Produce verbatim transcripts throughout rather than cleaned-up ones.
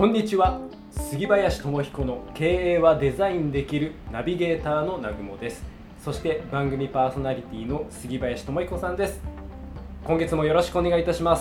こんにちは。杉林智彦の経営はデザインできるナビゲーターの南雲です。そして番組パーソナリティの杉林智彦さんです。今月もよろしくお願いいたします。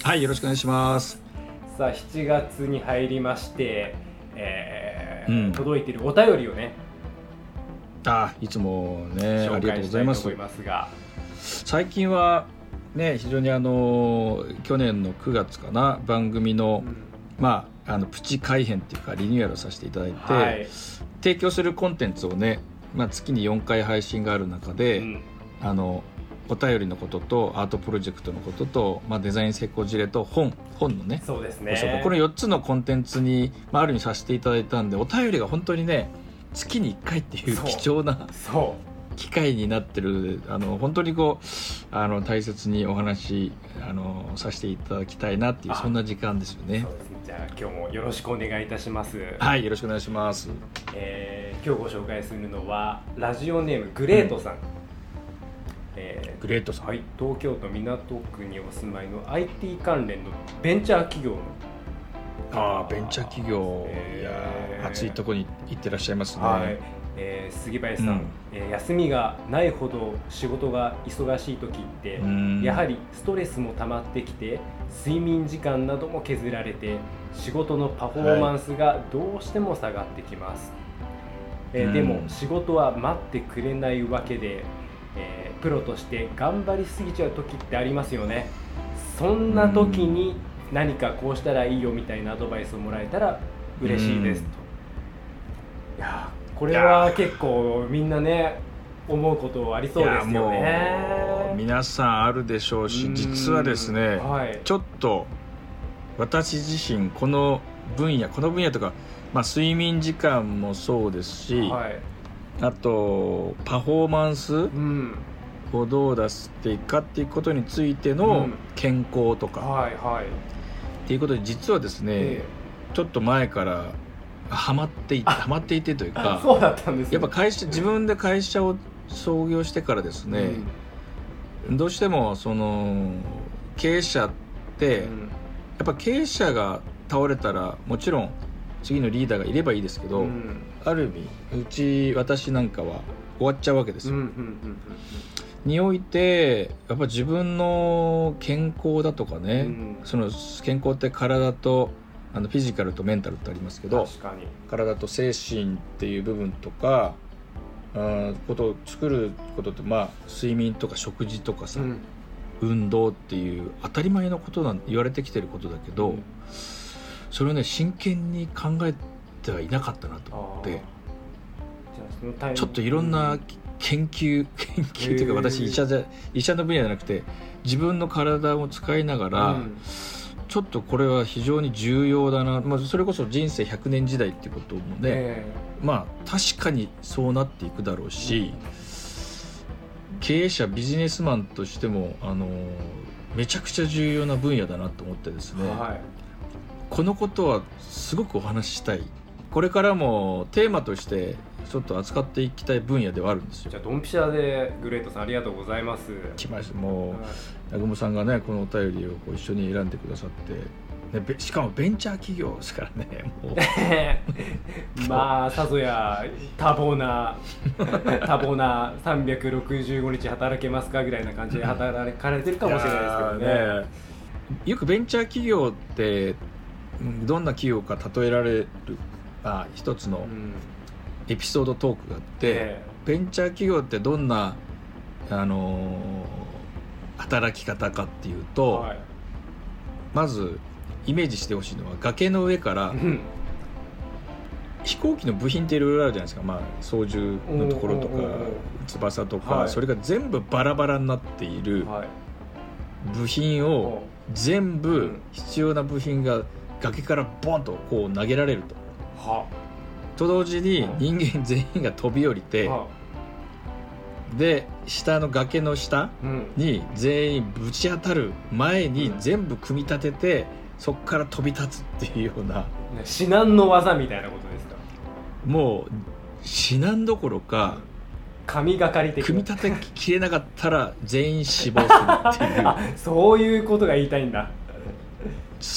はい、よろしくお願いします。 さあしちがつに入りまして、えーうん、 届いているお便りをね、 あいつもねありがとうございます。 紹介したいと思いますが、 最近はね非常にあの去年のくがつかな番組の、うん、まああのプチ改編っていうかリニューアルをさせていただいて、はい、提供するコンテンツをね、まあ、月によんかい配信がある中で、うん、あのお便りのこととアートプロジェクトのことと、まあ、デザイン成功事例と本本のね、 そうですね、 このよっつのコンテンツに、まあ、ある意味させていただいたんで、お便りが本当にね月にいっかいっていう貴重な機会になってる。あの本当にこうあの大切にお話あのさせていただきたいなっていう、そんな時間ですよね。 そうですね。じゃあ今日もよろしくお願いいたします。 はい、よろしくお願いします。 えー、今日ご紹介するのはラジオネームグレートさん、うんえー、グレートさん、 はい、東京都港区にお住まいの アイティー 関連のベンチャー企業のあベンチャー企業、えー、いや暑いところに行ってらっしゃいますね。 はい、えー、杉林さん、うんえー、休みがないほど仕事が忙しい時ってやはりストレスも溜まってきて睡眠時間なども削られて仕事のパフォーマンスがどうしても下がってきます、はいえー、でも仕事は待ってくれないわけで、えー、プロとして頑張りすぎちゃう時ってありますよね。そんな時に何かこうしたらいいよみたいなアドバイスをもらえたら嬉しいですと。いやこれは結構みんなね思うことありそうですよね。 皆さんあるでしょうし、実はですね、はい、ちょっと私自身この分野この分野とか、まあ、睡眠時間もそうですし、はい、あとパフォーマンスをどう出していくかっていうことについての健康とか、うんはいはい、っていうことで実はですね、えー、ちょっと前からハマっていてハマっていてというか、 そうだったんですね。 やっぱ会社自分で会社を創業してからですね、うん、どうしてもその経営者って、うん、やっぱ経営者が倒れたらもちろん次のリーダーがいればいいですけど、うん、ある意味うち私なんかは終わっちゃうわけですよ、うんうんうんうん、においてやっぱ自分の健康だとかね、うん、その健康って体とあのフィジカルとメンタルってありますけど、 確かに体と精神っていう部分とかあことを作ることって、まあ、睡眠とか食事とかさ、うん、運動っていう当たり前のことなん言われてきてることだけど、うん、それをね真剣に考えてはいなかったなと思って、じゃあちょっといろんな研究、うん、研究というか、私医者じゃ医者の分野じゃなくて自分の体を使いながら、うんちょっとこれは非常に重要だな、まあ、それこそ人生ひゃくねん時代っていうこともね、えー、まあ確かにそうなっていくだろうし、うん、経営者ビジネスマンとしてもあのめちゃくちゃ重要な分野だなと思ってですね、はい、このことはすごくお話ししたい。これからもテーマとしてちょっと扱っていきたい分野ではあるんですよ。 じゃあドンピシャでグレートさんありがとうございます。 来ました。もう南雲さんがねこのお便りをこう一緒に選んでくださって、ね、しかもベンチャー企業ですからねもうまあさぞや多忙な多忙なさんびゃくろくじゅうごにち働けますかぐらいな感じで働かれてるかもしれないですけど ね, ねよくベンチャー企業ってどんな企業か例えられるあ一つのエピソードトークがあって、えー、ベンチャー企業ってどんな、あのー、働き方かっていうと、はい、まずイメージしてほしいのは崖の上から、うん、飛行機の部品っていろいろあるじゃないですか、まあ、操縦のところとか翼とか、はい、それが全部バラバラになっている部品を全部必要な部品が崖からボンとこう投げられると、はと同時に人間全員が飛び降りて、はで下の崖の下に全員ぶち当たる前に全部組み立てて、そこから飛び立つっていうような至難の技みたいなことですか。 もう至難どころか神がかり的組み立てきれなかったら全員死亡するっていうあそういうことが言いたいんだ。 そ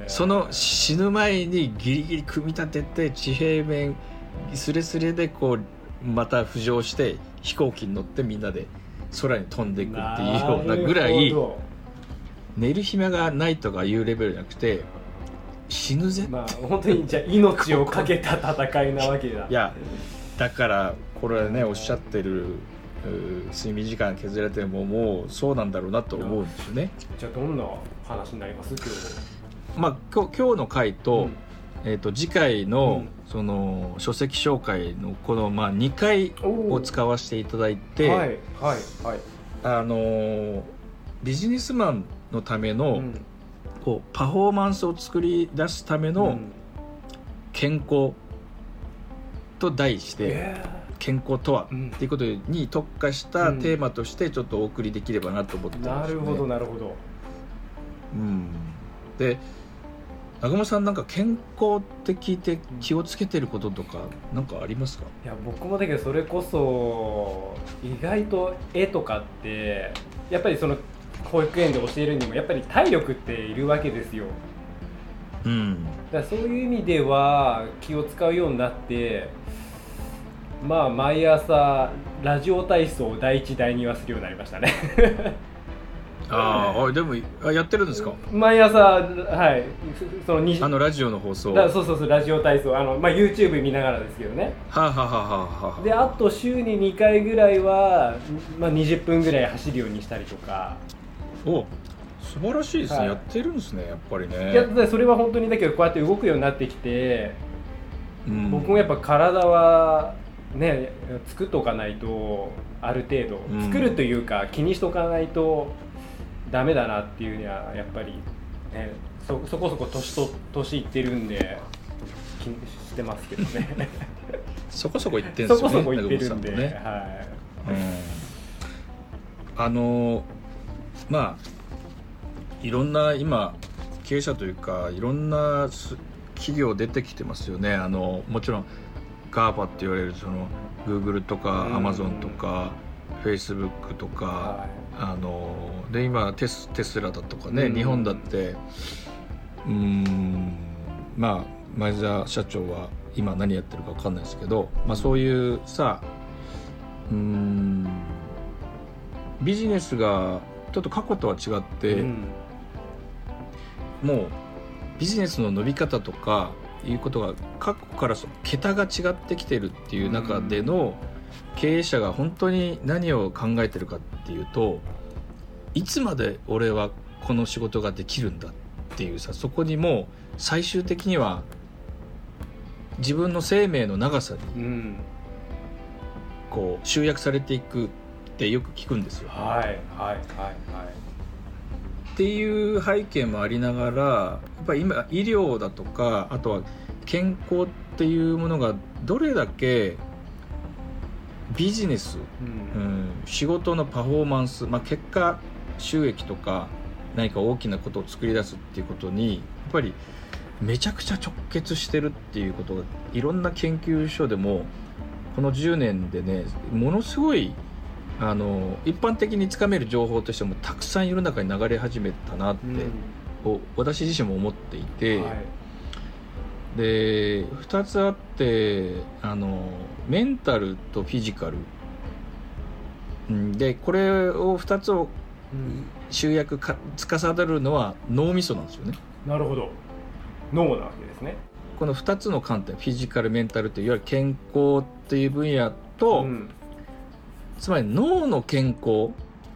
その死ぬ前にギリギリ組み立てて地平面スレスレでこうまた浮上して飛行機に乗ってみんなで空に飛んでいくっていうようなぐらい寝る暇がないとかいうレベルじゃなくて死ぬぜって、 まあ、本当にじゃあ命をかけた戦いなわけだ。 いやだからこれねおっしゃってる睡眠時間削られてももうそうなんだろうなと思うんですよね。 じゃあどんな話になります今日。 まあ今日、今日の回と、うんえー、と次回の、うん、その書籍紹介のこの、まあ、にかいを使わせていただいて、はいはいはい、あのビジネスマンのための、うん、こうパフォーマンスを作り出すための健康と題して、うんえー、健康とは、うん、っていうことに特化したテーマとしてちょっとお送りできればなと思ってます、ねうん、なるほどなるほど、 うん、で南雲さんなんか健康って聞いて気をつけてることとかなんかありますか？ いや僕もだけどそれこそ意外と絵とかってやっぱりその保育園で教えるにもやっぱり体力っているわけですよ、うん、だからそういう意味では気を使うようになってまあ毎朝ラジオ体操を第一第二はするようになりましたねああでもやってるんですか？ 毎朝はいそのにあのラジオの放送だそうそうそうラジオ体操あの、まあ、YouTube 見ながらですけどねはあ、はあはははあ、 であと週ににかいぐらいは、まあ、にじゅっぷんぐらい走るようにしたりとかお素晴らしいですね、はい、やってるんですねやっぱりね。 いやそれは本当にだけどこうやって動くようになってきて、うん、僕もやっぱ体はね作っとかないとある程度、うん、作るというか気にしとかないとダメだなっていうにはやっぱり、ね、そ, そこそこ 年, と年いってるんで気にしてますけどねそこそこいってるんですよね。 そこそこいってるんで、ねはいうん、あのまあいろんな今経営者というかいろんな企業出てきてますよね。あのもちろんガーファって言われるその Google とか Amazon とか Facebook とか、はい、あので今テ ス, テスラだとかね、うん、日本だってうーんまあ前澤社長は今何やってるか分かんないですけど、まあ、そういうさうーんビジネスがちょっと過去とは違って、うん、もうビジネスの伸び方とかいうことが過去から桁が違ってきてるっていう中での経営者が本当に何を考えてるかっていうといつまで俺はこの仕事ができるんだっていうさそこにもう最終的には自分の生命の長さにこう集約されていくってよく聞くんですよ。 はいはいはいはいっていう背景もありながらやっぱり今医療だとかあとは健康っていうものがどれだけビジネス、うんうん、仕事のパフォーマンス、まあ、結果収益とか何か大きなことを作り出すっていうことにやっぱりめちゃくちゃ直結してるっていうことがいろんな研究所でもこのじゅうねんでねものすごいあの一般的につかめる情報としてもたくさん世の中に流れ始めたなって、うん、私自身も思っていて、はい、でふたつあってあのメンタルとフィジカルでこれをふたつを集約か司るのは脳みそなんですよね。 なるほど脳なわけですね。 このふたつの観点フィジカルメンタルといういわゆる健康っていう分野と、うん、つまり脳の健康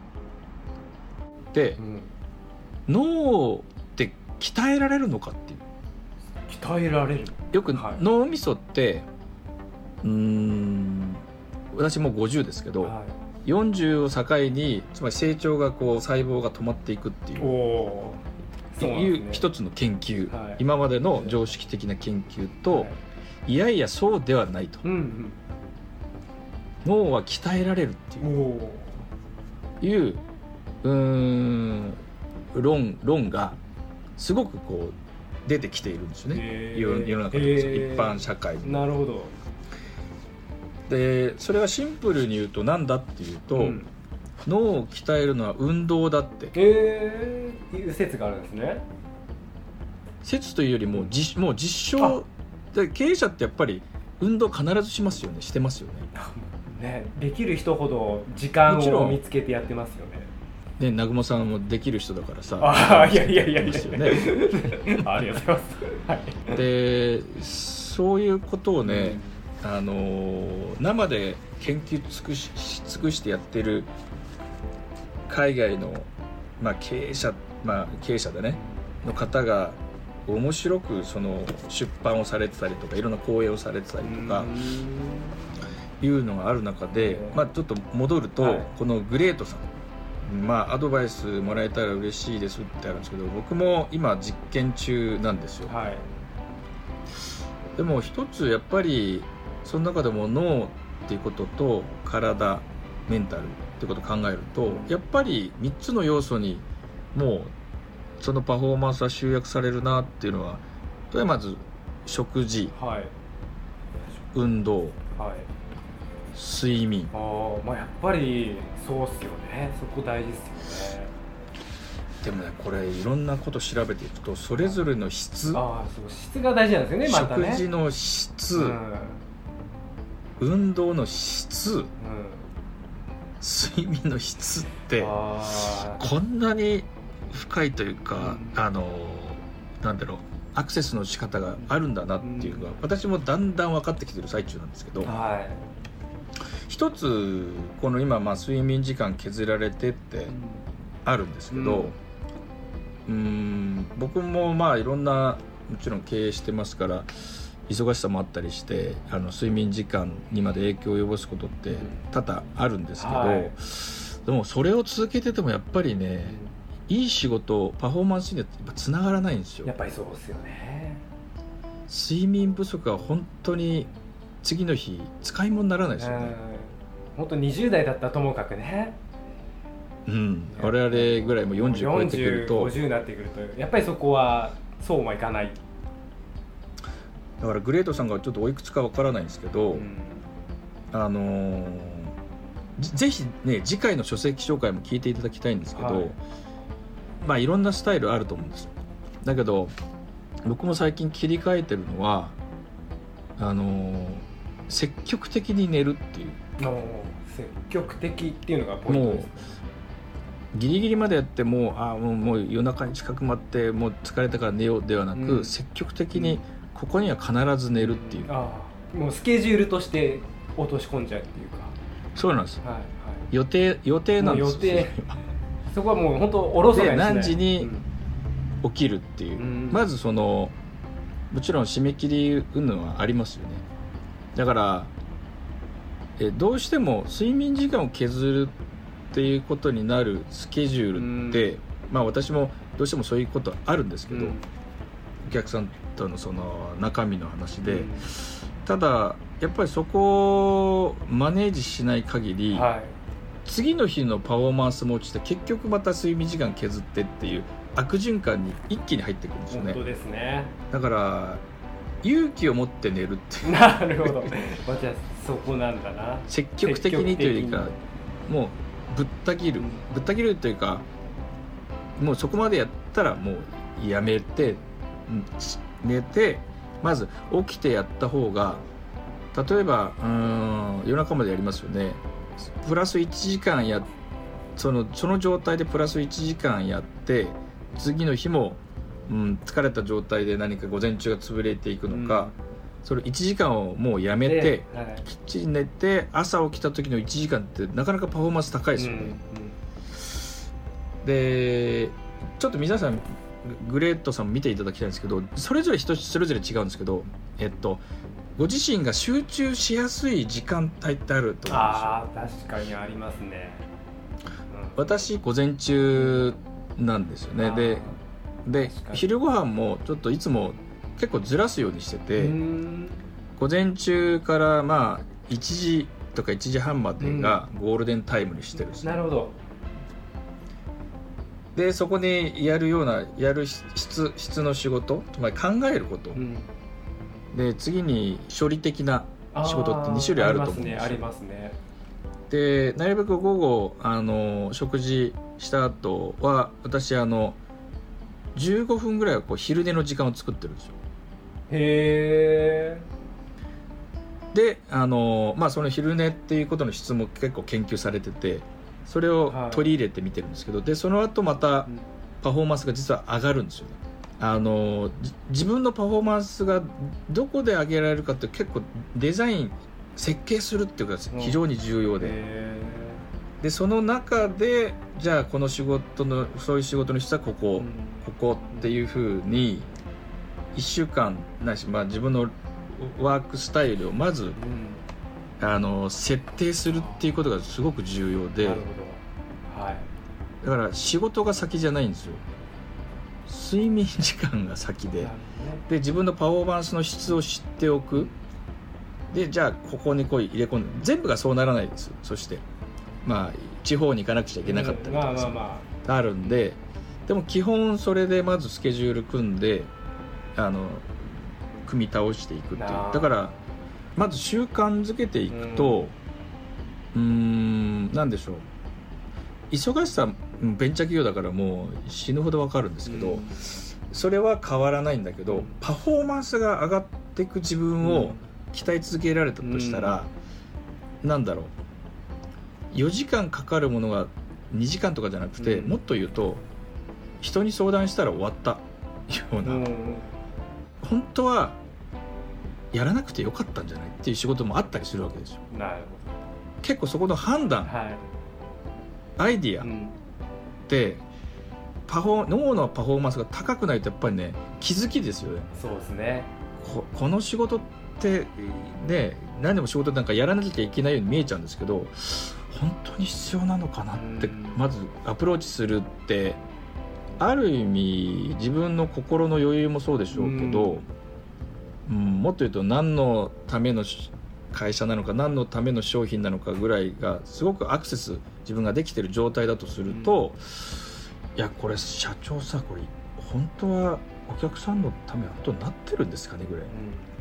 で、うん、脳って鍛えられるのかっていう鍛えられるよく脳みそって、はい、うーん私もうごじゅうですけど、はい、よんじゅうを境につまり成長がこう細胞が止まっていくっていうおそうなんですね、いう一つの研究、はい、今までの常識的な研究と、はい、いやいやそうではないと、うんうん、脳は鍛えられるっていういううーん 論, 論がすごくこう出てきているんですよね、世の中で一般社会に。 なるほど。 でそれはシンプルに言うと何だっていうと、うん、脳を鍛えるのは運動だってえー、いう説があるんですね。 説というよりも実、もう実証で、経営者ってやっぱり運動必ずしますよね、してますよね。 ね、できる人ほど時間を見つけてやってますよね。 ね、南雲さんもできる人だからさ。 ああ、いやいやいやいや、 ね、 ありがとうございます。はい、 で、そういうことをね、うん、あの生で研究尽くし尽くしてやってる海外の、まあ、経営者、まあ、経営者だねの方が面白くその出版をされてたりとか、いろんな講演をされてたりとかいうのがある中で、まあ、ちょっと戻ると、はい、このグレートさん、まあ、アドバイスもらえたら嬉しいですってあるんですけど、僕も今実験中なんですよ、はい、でも一つやっぱりその中でも脳っていうことと体、メンタルってことを考えると、やっぱりみっつの要素にもうそのパフォーマンスは集約されるなっていうのは、とりあえずまず食事、はい、運動、はい、睡眠。 あ、まあ、やっぱりそうっすよね、そこ大事っすよね。 でもね、これいろんなこと調べていくと、それぞれの質、 あ、そう、質が大事なんですよね、またね。 食事の質、うん、運動の質、うん、睡眠の質ってこんなに深いというか、うん、あのなんだろう、アクセスの仕方があるんだなっていうのが、うん、私もだんだん分かってきてる最中なんですけど、はい、一つこの今、まあ、睡眠時間削られてってあるんですけど、うん、うーん僕もまあいろんな、もちろん経営してますから忙しさもあったりして、あの睡眠時間にまで影響を及ぼすことって多々あるんですけど、はい、でもそれを続けててもやっぱりね、いい仕事、パフォーマンスにはやっぱつながらないんですよ。 やっぱりそうですよね。 睡眠不足は本当に次の日使い物にならないですよね。 本当にじゅう代だったらともかくね、 うん、我々ぐらいもよんじゅう超えてくると、 よんじゅう、ごじゅうになってくるとやっぱりそこはそうもいかない。 だからグレートさんがちょっとおいくつかわからないんですけど、うん、あのー、ぜひね次回の書籍紹介も聞いていただきたいんですけど、はい、まあいろんなスタイルあると思うんですよ。だけど僕も最近切り替えてるのは、あのー、積極的に寝るっていう。 積極的っていうのがポイントです。もうギリギリまでやってもあもう、もう夜中に近くまってもう疲れたから寝ようではなく、うん、積極的にここには必ず寝るっていう、うん、あもうスケジュールとして落とし込んじゃうっていうか。 そうなんです、 はいはい、 予定予定なんですよ。 予定そこはもう本当おろそかにしない。 で何時に起きるっていう、うん、まずそのもちろん締め切り云々はありますよね。だからえどうしても睡眠時間を削るっていうことになるスケジュールって、うん、まあ私もどうしてもそういうことあるんですけど、うん、お客さんとのその中身の話で、うん、ただやっぱりそこをマネージしない限り、はい、次の日のパフォーマンスも落ちて結局また睡眠時間削ってっていう悪循環に一気に入ってくるんですよね。 本当ですね。 だから勇気を持って寝るっていう。 なるほど。じゃあそこなんだな。 積極的にというか、もうぶった切る、うん、ぶった切るというか、もうそこまでやったらもうやめて寝て、まず起きてやった方が、例えばうーん夜中までやりますよね。プラスいちじかんやそのその状態でプラスいちじかんやって、次の日もうん、疲れた状態で何か午前中が潰れていくのか、うん、それいちじかんをもうやめて、はい、きっちり寝て朝起きた時のいちじかんってなかなかパフォーマンス高いですよね、うんうん、でちょっと皆さんグレートさんも見ていただきたいんですけど、それぞれ人それぞれ違うんですけど、えっとご自身が集中しやすい時間帯ってあると思うんですよ。 あー確かにありますね、 うん、私午前中なんですよね。でで昼ご飯もちょっといつも結構ずらすようにしてて、午前中からまあいちじとかいちじはんまでがゴールデンタイムにしてるんです、 ね、なるほど。 でそこにやるようなやる質、質の仕事、つまり考えること、うん、で次に処理的な仕事ってに種類あると思うんですよ。 ありますね、ありますね。 でなるべく午後あの食事した後は私あのじゅうごふんぐらいはこう昼寝の時間を作ってるんですよ。 へー。であの、まあ、その昼寝っていうことの質も結構研究されてて、それを取り入れてみてるんですけど、はい、でその後またパフォーマンスが実は上がるんですよね。あの自分のパフォーマンスがどこで上げられるかって結構デザイン設計するっていうことが非常に重要で、でその中でじゃあこの仕事のそういう仕事の人はここ、うん、ここっていうふうにいっしゅうかんないし、まあ、自分のワークスタイルをまず、うん、あの設定するっていうことがすごく重要で、なるほど、はい、だから仕事が先じゃないんですよ。睡眠時間が先で、で自分のパフォーマンスの質を知っておく。でじゃあここにこう入れ込んで、全部がそうならないです。そしてまあ地方に行かなくちゃいけなかったりとか、うん、まあまあまあ、あるんで、でも基本それでまずスケジュール組んであの組み倒していくっていう。だからまず習慣づけていくと、うーんなんでしょう、忙しさベンチャー企業だからもう死ぬほど分かるんですけど、うん、それは変わらないんだけど、パフォーマンスが上がっていく自分を鍛え続けられたとしたら、うん、なんだろう、よじかんかかるものがにじかんとかじゃなくて、うん、もっと言うと人に相談したら終わったような、うん、本当はやらなくてよかったんじゃないっていう仕事もあったりするわけですよ。なるほど。結構そこの判断、はい、アイディア、うん、でパフォ脳のパフォーマンスが高くないとやっぱりね、気づきですよね。 そうですね。 こ, この仕事ってね、何でも仕事なんかやらなきゃいけないように見えちゃうんですけど、本当に必要なのかなってまずアプローチするって、ある意味自分の心の余裕もそうでしょうけど、うん、もっと言うと何のための会社なのか何のための商品なのかぐらいがすごくアクセス自分ができている状態だとすると、うん、いやこれ社長さ、これ本当はお客さんのためは本当になってるんですかねぐらい、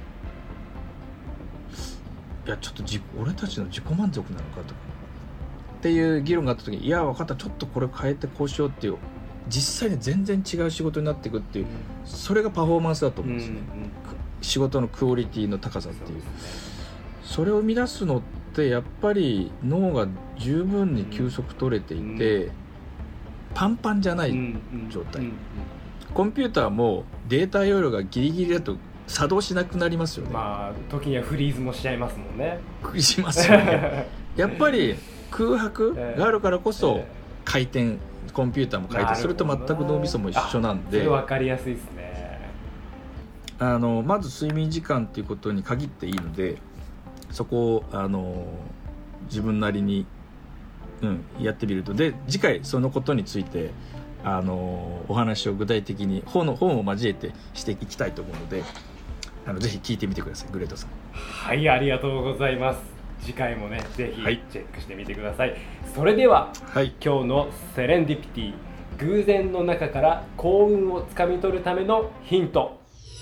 うん、いやちょっとじ俺たちの自己満足なのかとかっていう議論があった時に、いや分かった、ちょっとこれ変えてこうしようっていう、実際に全然違う仕事になっていくっていう、それがパフォーマンスだと思うんですね、うんうん、仕事のクオリティの高さっていう、それを生み出すのってやっぱり脳が十分に休息取れていて、うん、パンパンじゃない状態、うんうんうん、コンピューターもデータ容量がギリギリだと作動しなくなりますよね。 まあ時にはフリーズもしちゃいますもんね。 しますよねやっぱり空白があるからこそ回転、コンピューターも回転、それと全く脳みそも一緒なんで、 それ分かりやすいですね。 あのまず睡眠時間っていうことに限っていいので、そこをあの自分なりに、うん、やってみると、で次回そのことについてあのお話を具体的に本の本を交えてしていきたいと思うので、あのぜひ聞いてみてください。グレートさん。 はい、ありがとうございます。次回もねぜひチェックしてみてください、はい、それでは、はい、今日のセレンディピティ、偶然の中から幸運をつかみ取るためのヒント。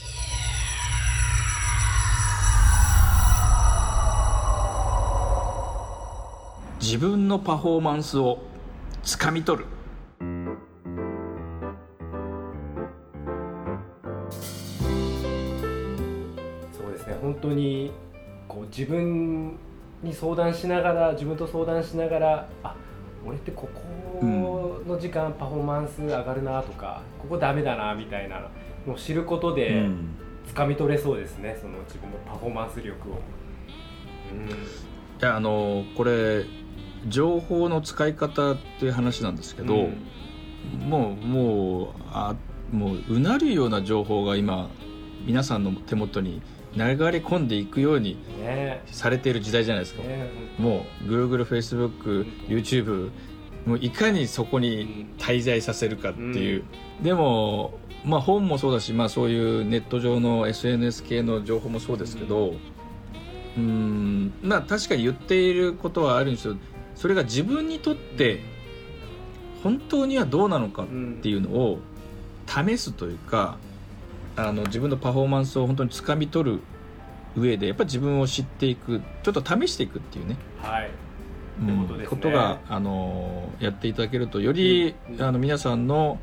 自分のパフォーマンスをつかみ取る。 そうですね、本当にこう自分に相談しながら、自分と相談しながら、あ、俺ってここの時間パフォーマンス上がるなとか、ここダメだなみたいなのを知ることで掴み取れそうですね、その自分のパフォーマンス力を、うん、いやあのこれ情報の使い方っていう話なんですけど、うん、もうもうあもううなるような情報が今皆さんの手元に流れ込んでいくようにされている時代じゃないですか、ね、もう Google、Facebook、YouTube、もういかにそこに滞在させるかっていう、うん、でも、まあ、本もそうだし、まあ、そういうネット上の エスエヌエス 系の情報もそうですけど、うん、うーん、まあ、確かに言っていることはあるんですよ。それが自分にとって本当にはどうなのかっていうのを試すというか、あの自分のパフォーマンスを本当につかみ取る上でやっぱり自分を知っていく、ちょっと試していくっていうね、 はい、 うん、ことですね、ことがあのやっていただけるとより、うん、あの皆さんの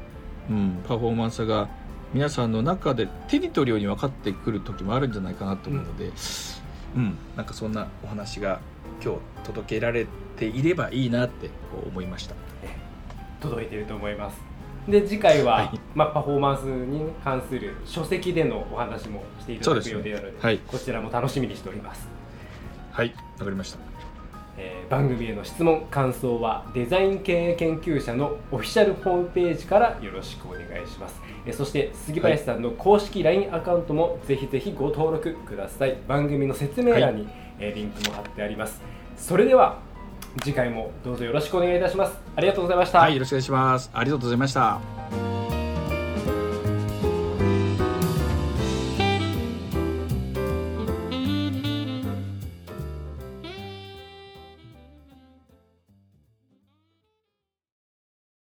うん、パフォーマンスが皆さんの中で手に取るように分かってくる時もあるんじゃないかなと思うので、うん、うん、なんかそんなお話が今日届けられていればいいなって思いました。 届いていると思います。で次回は、 はい、 まあ、パフォーマンスに関する書籍でのお話もしていただく予定なので、 ね、はい、 こちらも楽しみにしております。 はい、わかりました。 えー、番組への質問感想はデザイン経営研究者のオフィシャルホームページからよろしくお願いします。えー、そして杉林さんの公式 ライン アカウントもぜひぜひご登録ください。番組の説明欄に、はい、えー、リンクも貼ってあります。それでは次回もどうぞよろしくお願いいたします。ありがとうございました。 はい、よろしくお願いします。ありがとうございました。